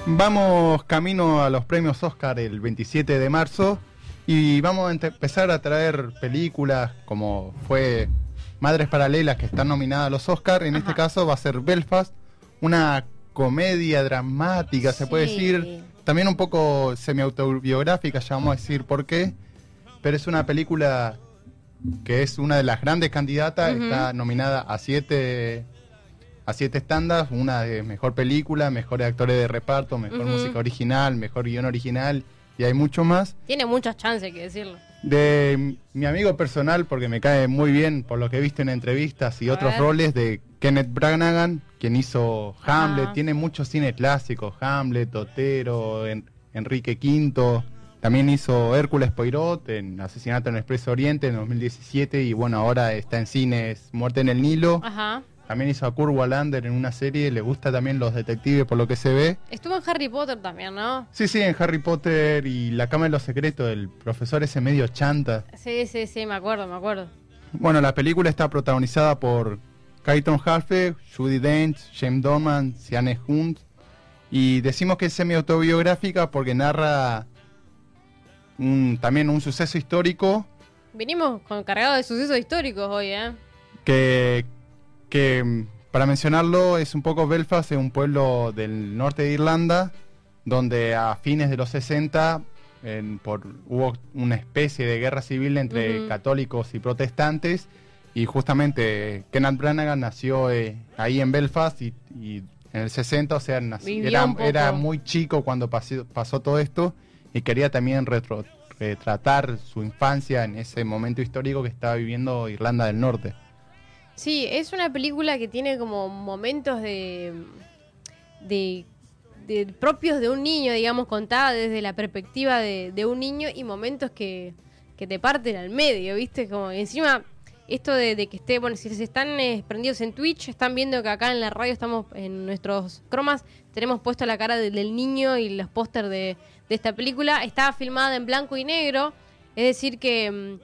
Vamos camino a los premios Oscar el 27 de marzo y vamos a empezar a traer películas como fue Madres Paralelas, que están nominadas a los Oscar. En este caso va a ser Belfast, una comedia dramática, se puede decir, también un poco semi-autobiográfica, ya vamos a decir por qué, pero es una película que es una de las grandes candidatas, está nominada a siete estándares, una de mejor película, mejores actores de reparto, mejor música original, mejor guión original, y hay mucho más. Tiene muchas chances, hay que decirlo. De mi amigo personal, porque me cae muy bien por lo que he visto en entrevistas y otros roles, de Kenneth Branagh, quien hizo Hamlet. Tiene muchos cine clásicos, Hamlet, Otero, Enrique V. También hizo Hércules Poirot en Asesinato en el Expreso Oriente en 2017, y bueno, ahora está en cines Muerte en el Nilo. También hizo a Kurt Wallander en una serie, le gusta también los detectives por lo que se ve. Estuvo en Harry Potter también, ¿no? Sí, en Harry Potter y La Cámara de los Secretos, el profesor ese medio chanta. Sí, me acuerdo. Bueno, la película está protagonizada por Keaton Halfe, Judi Dench, James Dorman, Siane Hunt, y decimos que es semi-autobiográfica porque narra también un suceso histórico. Venimos cargados de sucesos históricos hoy, que para mencionarlo es un poco Belfast, es un pueblo del norte de Irlanda donde a fines de los 60 hubo una especie de guerra civil entre católicos y protestantes, y justamente Kenneth Branagh nació ahí en Belfast y en el 60, o sea, era muy chico cuando pasó todo esto, y quería también retratar su infancia en ese momento histórico que estaba viviendo Irlanda del Norte. Sí, es una película que tiene como momentos de propios de un niño, digamos, contada desde la perspectiva de un niño, y momentos que te parten al medio, ¿viste? Como encima, esto de que esté, bueno, si se están prendidos en Twitch, están viendo que acá en la radio estamos en nuestros cromas, tenemos puesto la cara del niño y los pósters de esta película. Está filmada en blanco y negro, es decir que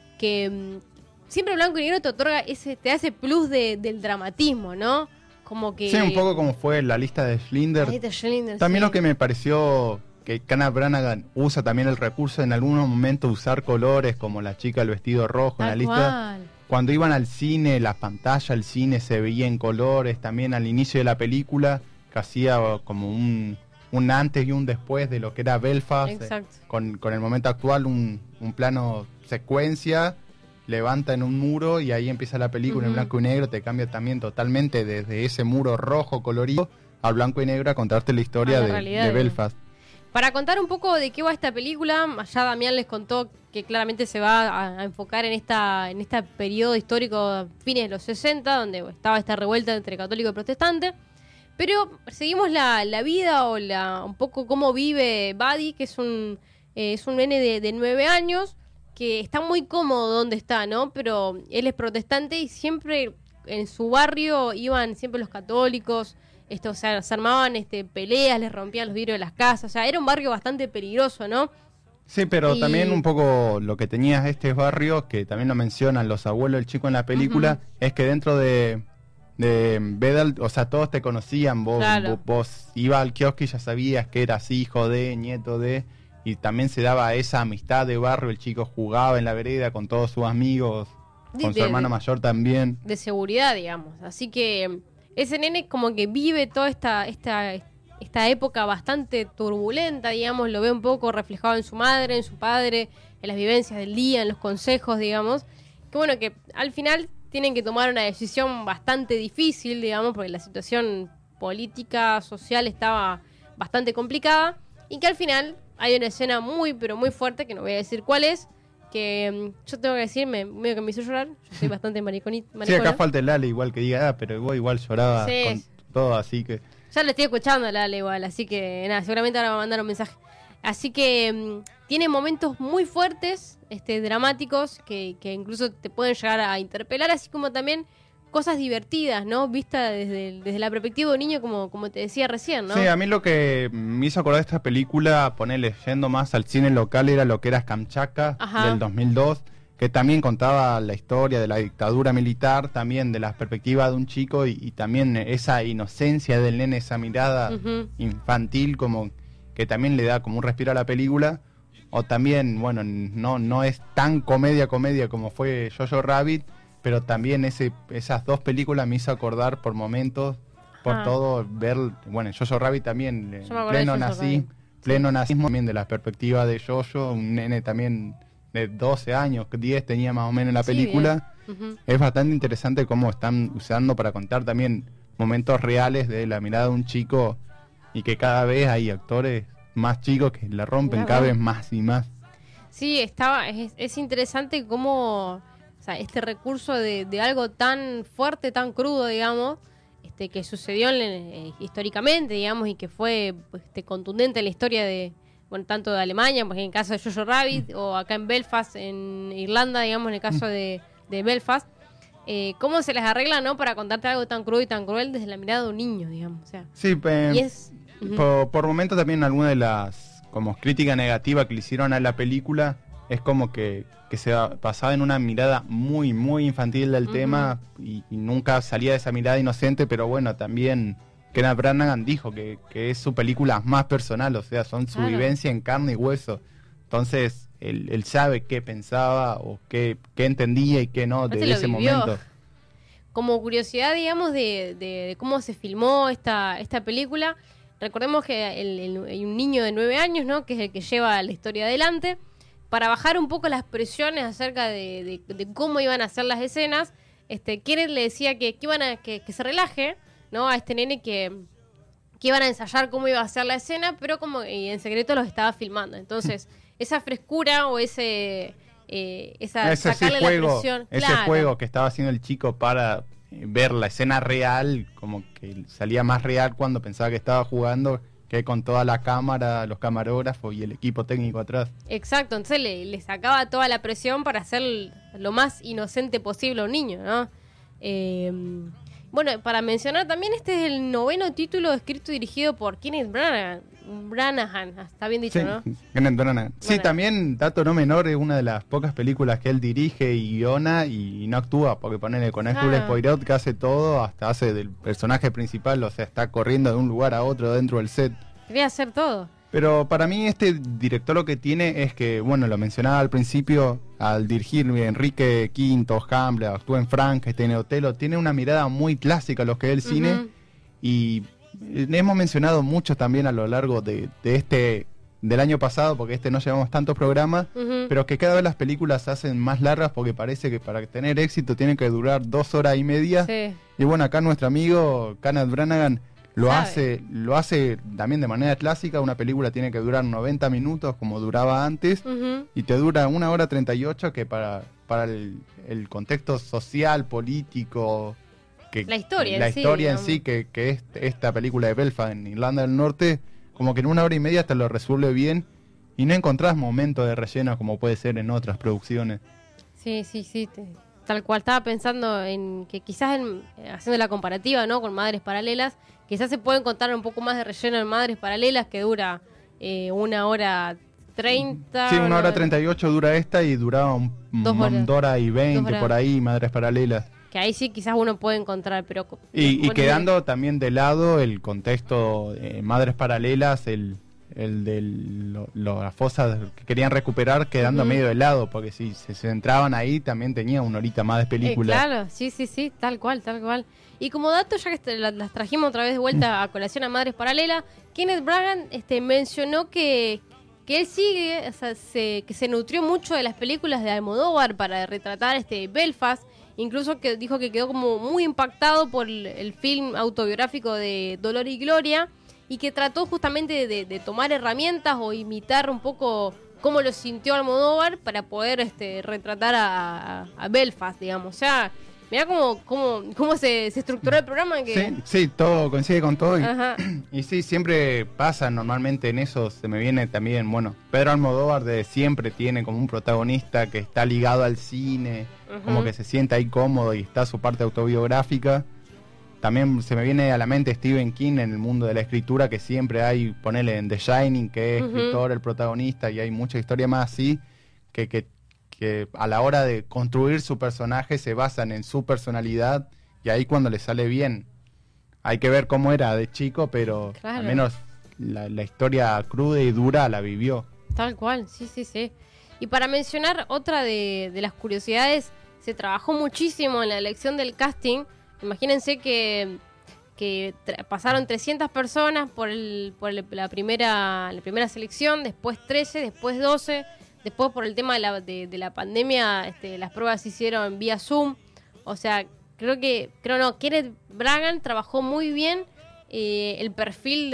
siempre blanco y negro te otorga te hace plus del dramatismo, ¿no? Como que... Sí, un poco como fue la lista de Schindler. También lo que me pareció que Kenneth Branagh usa también el recurso en algunos momentos, usar colores como la chica del vestido rojo en la lista. Cuando iban al cine, la pantalla, el cine se veía en colores. También al inicio de la película, que hacía como un antes y un después de lo que era Belfast. Con el momento actual, un plano secuencia, levanta en un muro y ahí empieza la película en blanco y negro. Te cambia también totalmente desde ese muro rojo colorido al blanco y negro a contarte la historia de Belfast. Para contar un poco de qué va esta película, ya Damián les contó que claramente se va a enfocar en este periodo histórico, fines de los 60, donde estaba esta revuelta entre católico y protestante. Pero seguimos la vida un poco cómo vive Buddy, que es un nene de 9 años, que está muy cómodo donde está, ¿no? Pero él es protestante y siempre en su barrio iban siempre los católicos, o sea, se armaban peleas, les rompían los vidrios de las casas, o sea, era un barrio bastante peligroso, ¿no? Sí, pero también un poco lo que tenía este barrio, que también lo mencionan los abuelos del chico en la película, es que dentro de Bedal, o sea, todos te conocían, vos ibas al kiosco y ya sabías que eras hijo de, nieto de... Y también se daba esa amistad de barrio, el chico jugaba en la vereda con todos sus amigos, con su hermano mayor también. De seguridad, digamos. Así que ese nene como que vive toda esta época bastante turbulenta, digamos, lo ve un poco reflejado en su madre, en su padre, en las vivencias del día, en los consejos, digamos. Que bueno, que al final tienen que tomar una decisión bastante difícil, digamos, porque la situación política, social estaba bastante complicada, y que al final... Hay una escena muy, pero muy fuerte, que no voy a decir cuál es, que yo tengo que decir, medio que me hizo llorar. Yo soy bastante maricona. Sí, acá falta el Ale igual que diga, pero vos igual lloraba con todo, así que... Ya lo estoy escuchando el Ale igual, así que nada, seguramente ahora va a mandar un mensaje. Así que tiene momentos muy fuertes, dramáticos, que incluso te pueden llegar a interpelar, así como también... cosas divertidas, ¿no? Vista desde la perspectiva de un niño, como te decía recién, ¿no? Sí, a mí lo que me hizo acordar de esta película, ponerle yendo más al cine local, era lo que era Kamchatka, del 2002, que también contaba la historia de la dictadura militar, también de la perspectiva de un chico y también esa inocencia del nene, esa mirada infantil como que también le da como un respiro a la película. O también, bueno, no es tan comedia como fue Jojo Rabbit, pero también esas dos películas me hizo acordar por momentos, por todo, ver, bueno, Jojo Rabbit también, pleno nazismo también de la perspectiva de Jojo, un nene también de 12 años, 10 tenía más o menos en la película. Es bastante interesante cómo están usando para contar también momentos reales de la mirada de un chico y que cada vez hay actores más chicos que la rompen cada vez más y más. Sí, es interesante cómo, o sea, este recurso de algo tan fuerte, tan crudo, digamos, que sucedió históricamente, digamos, y que fue contundente en la historia de, bueno, tanto de Alemania, pues en el caso de Jojo Rabbit, o acá en Belfast, en Irlanda, digamos, en el caso de Belfast, cómo se les arregla, ¿no?, para contarte algo tan crudo y tan cruel desde la mirada de un niño, digamos, o sea. Sí, y es... Por momentos también alguna de las como crítica negativa que le hicieron a la película es como que se basaba en una mirada muy, muy infantil del tema y nunca salía de esa mirada inocente, pero bueno, también Kenneth Branagh dijo que es su película más personal, o sea, son su vivencia en carne y hueso. Entonces, él sabe qué pensaba o qué entendía y qué no de ese momento. Como curiosidad, digamos, de cómo se filmó esta película, recordemos que hay un niño de 9 años, ¿no?, que es el que lleva la historia adelante, para bajar un poco las presiones acerca de cómo iban a ser las escenas. Kenneth le decía que se relaje, ¿no?, a este nene que iban a ensayar cómo iba a ser la escena, pero como en secreto los estaba filmando. Entonces, esa frescura o sacarle la presión. Ese juego que estaba haciendo el chico para ver la escena real, como que salía más real cuando pensaba que estaba jugando que con toda la cámara, los camarógrafos y el equipo técnico atrás. Exacto, entonces le sacaba toda la presión para hacer lo más inocente posible a un niño, ¿no? Bueno, para mencionar también, este es el 9º título escrito y dirigido por Kenneth Branagh, está bien dicho, sí, ¿no? Kenneth Branagh. Sí, también, dato no menor, es una de las pocas películas que él dirige y guiona y no actúa, porque ponele con Hércules Poirot, que hace todo, hasta hace del personaje principal, o sea, está corriendo de un lugar a otro dentro del set. Quería hacer todo. Pero para mí este director lo que tiene es que, bueno, lo mencionaba al principio, al dirigir Enrique V, Hamlet, actúa en Frankenstein, Otelo, tiene una mirada muy clásica a lo que es el cine, y hemos mencionado mucho también a lo largo del año pasado, porque no llevamos tantos programas, pero que cada vez las películas se hacen más largas porque parece que para tener éxito tienen que durar 2 horas y media. Sí. Y bueno, acá nuestro amigo Kenneth Branagh lo hace también de manera clásica. Una película tiene que durar 90 minutos como duraba antes, y te dura 1 hora 38, que para el contexto social, político, la historia en sí, que es esta película de Belfast en Irlanda del Norte, como que en 1 hora y media te lo resuelve bien y no encontrás momentos de relleno como puede ser en otras producciones. Sí, tal cual. Estaba pensando en que quizás haciendo la comparativa, ¿no?, con Madres Paralelas, quizás se puede encontrar un poco más de relleno en Madres Paralelas, que dura 1 hora 30. Sí, 1 hora 38 dura esta, y duraba 2 horas y 20 por ahí, Madres Paralelas. Que ahí sí quizás uno puede encontrar, pero... Y quedando también de lado el contexto Madres Paralelas, el de las fosas que querían recuperar, quedando medio de lado, porque si se centraban ahí también tenía 1 horita más de película. Claro, sí, tal cual. Y como dato, ya que las trajimos otra vez de vuelta a colación a Madres Paralelas, Kenneth Branagh mencionó que él sigue, o sea, que se nutrió mucho de las películas de Almodóvar para retratar Belfast. Incluso que dijo que quedó como muy impactado por el film autobiográfico de Dolor y Gloria, y que trató justamente de tomar herramientas o imitar un poco cómo lo sintió Almodóvar para poder retratar a Belfast, digamos. O sea, mirá cómo se estructuró el programa. Sí, todo coincide con todo. Y sí, siempre pasa normalmente en eso. Se me viene también, bueno, Pedro Almodóvar de siempre tiene como un protagonista que está ligado al cine, como que se siente ahí cómodo y está su parte autobiográfica. También se me viene a la mente Stephen King en el mundo de la escritura, que siempre hay, ponele en The Shining, que es escritor, el protagonista, y hay mucha historia más así, que que a la hora de construir su personaje se basan en su personalidad y ahí cuando le sale bien. Hay que ver cómo era de chico, pero al menos la historia cruda y dura la vivió. Tal cual, sí. Y para mencionar otra de las curiosidades, se trabajó muchísimo en la elección del casting. Imagínense que pasaron 300 personas por la primera selección, después 13, después 12, después por el tema de la pandemia, las pruebas se hicieron vía Zoom. O sea, Kenneth Branagh trabajó muy bien el perfil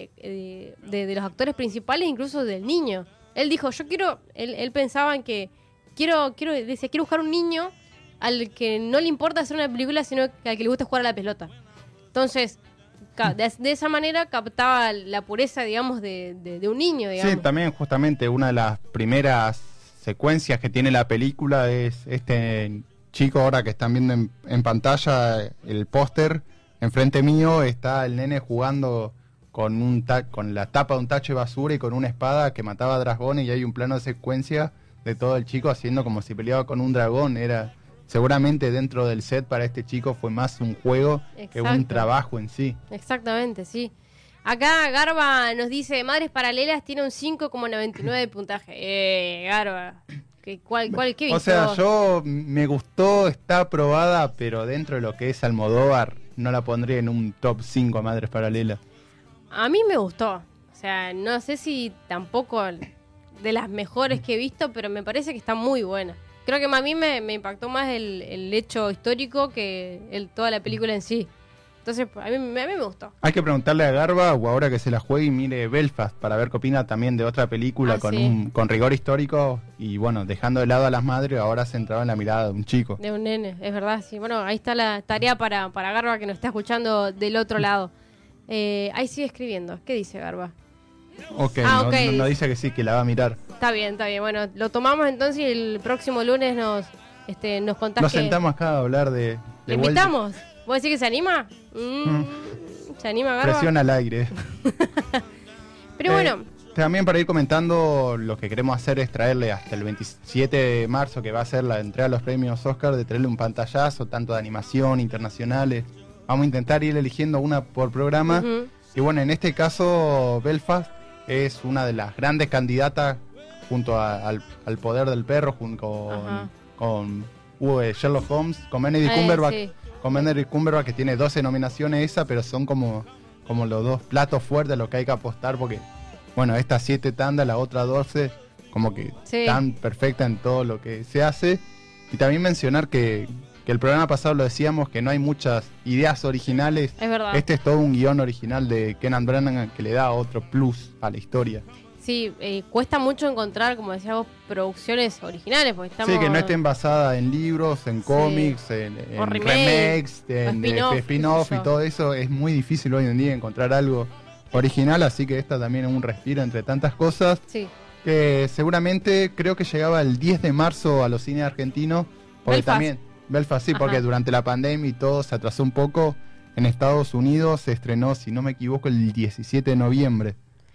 de los actores principales, incluso del niño. Él dijo, él pensaba en que quiero buscar un niño al que no le importa hacer una película, sino al que le gusta jugar a la pelota. Entonces, de esa manera captaba la pureza, digamos, de un niño, digamos. Sí, también justamente una de las primeras secuencias que tiene la película es este chico ahora que están viendo en pantalla, el póster, enfrente mío está el nene jugando con la tapa de un tacho de basura y con una espada que mataba dragones, y hay un plano de secuencia de todo el chico haciendo como si peleaba con un dragón. Seguramente dentro del set para este chico fue más un juego que un trabajo en sí. Exactamente, sí. Acá Garba nos dice, Madres Paralelas tiene un 5,99 de puntaje. Garba, ¿qué viste? O sea, me gustó, está aprobada, pero dentro de lo que es Almodóvar, no la pondría en un top 5 a Madres Paralelas. A mí me gustó. O sea, no sé si tampoco de las mejores que he visto, pero me parece que está muy buena. Creo que a mí me impactó más el hecho histórico que toda la película en sí. Entonces, a mí me gustó. Hay que preguntarle a Garba, o ahora que se la juegue y mire Belfast, para ver qué opina también de otra película con rigor histórico. Y bueno, dejando de lado a las madres, ahora centrado en la mirada de un chico. De un nene, es verdad, sí. Bueno, ahí está la tarea para Garba, que nos está escuchando del otro lado. Ahí sigue escribiendo. ¿Qué dice Garba? Ok, no dice que sí, que la va a mirar. Está bien. Bueno, lo tomamos entonces y el próximo lunes nos contás. Nos sentamos acá a hablar de ¿Le invitamos? ¿Vos decís que se anima? ¿Se anima, Garba? Presión al aire. Pero bueno. También para ir comentando, lo que queremos hacer es traerle hasta el 27 de marzo, que va a ser la entrega de los premios Oscar, de traerle un pantallazo, tanto de animación, internacionales. Vamos a intentar ir eligiendo una por programa. Y bueno, en este caso, Belfast es una de las grandes candidatas junto al Poder del Perro, junto con Sherlock Holmes, con Benedict Cumberbatch. Sí. Con Benedict Cumberbatch, que tiene 12 nominaciones pero son como los dos platos fuertes a los que hay que apostar, porque bueno, estas 7 tandas, la otra 12, como que están perfectas en todo lo que se hace. Y también mencionar que el programa pasado lo decíamos, que no hay muchas ideas originales. Es verdad. Este es todo un guión original de Kenneth Branagh que le da otro plus a la historia. Sí, cuesta mucho encontrar, como decías vos, producciones originales, porque estamos... Sí, que no estén basadas en libros, en cómics, en remakes, en spin-off y todo eso. Es muy difícil hoy en día encontrar algo original, así que esta también es un respiro entre tantas cosas. Sí. Que seguramente creo que llegaba el 10 de marzo a los cines argentinos, porque Belfast, sí, porque durante la pandemia y todo se atrasó un poco. En Estados Unidos se estrenó, si no me equivoco, el 17 de noviembre.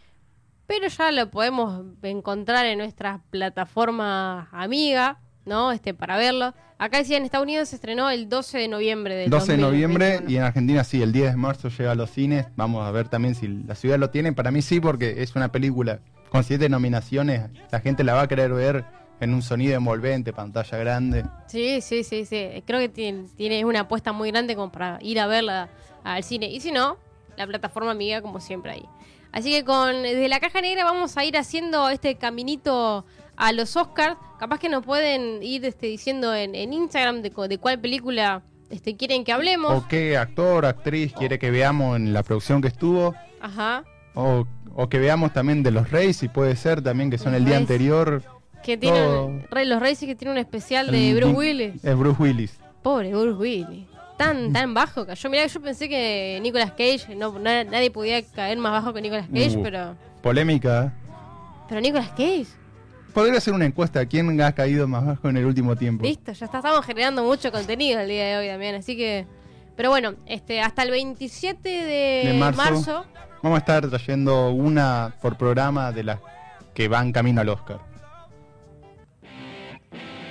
Pero ya lo podemos encontrar en nuestra plataforma amiga, ¿no? Para verlo. Acá decía, en Estados Unidos se estrenó el 12 de noviembre del 12 de noviembre y en Argentina sí, el 10 de marzo llega a los cines. Vamos a ver también si la ciudad lo tiene. Para mí sí, porque es una película con 7 nominaciones. La gente la va a querer ver en un sonido envolvente, pantalla grande. Sí. Creo que tiene una apuesta muy grande como para ir a verla al cine. Y si no, la plataforma amiga como siempre ahí. Así que desde la caja negra vamos a ir haciendo este caminito a los Oscars. Capaz que nos pueden ir diciendo en Instagram de cuál película quieren que hablemos. O qué actor, actriz quiere que veamos en la producción que estuvo. Ajá. O que veamos también de los Reyes, si puede ser también, que son el día anterior. Que tienen los Reyes, que tiene un especial de Bruce Willis. Es Bruce Willis. Pobre Bruce Willis. Tan bajo cayó. Mirá, yo pensé que Nicolas Cage, nadie podía caer más bajo que Nicolas Cage, pero... Polémica. Pero Nicolas Cage... Podría hacer una encuesta, ¿quién ha caído más bajo en el último tiempo? Listo, ya estamos generando mucho contenido el día de hoy también, así que... Pero bueno, hasta el 27 de marzo vamos a estar trayendo una por programa de las que van camino al Oscar.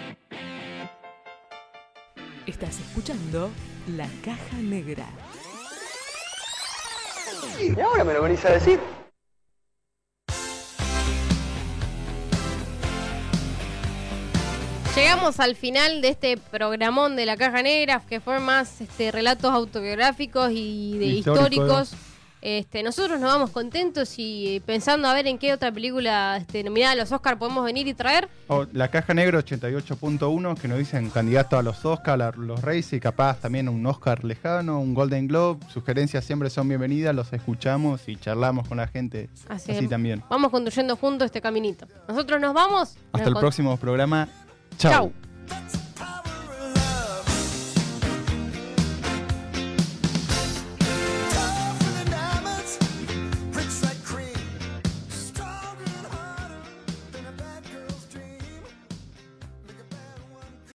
Estás escuchando La Caja Negra. ¿Y ahora me lo venís a decir? Llegamos al final de este programón de La Caja Negra, que fue más relatos autobiográficos y de históricos. Nosotros nos vamos contentos y pensando a ver en qué otra película nominada a los Oscar podemos venir y traer. La Caja Negra 88.1, que nos dicen candidato a los Oscar, a los Reyes y capaz también un Oscar lejano, un Golden Globe. Sugerencias siempre son bienvenidas, los escuchamos y charlamos con la gente así también. Vamos construyendo juntos este caminito. Nosotros nos vamos. Hasta el próximo programa. Chau. Chau.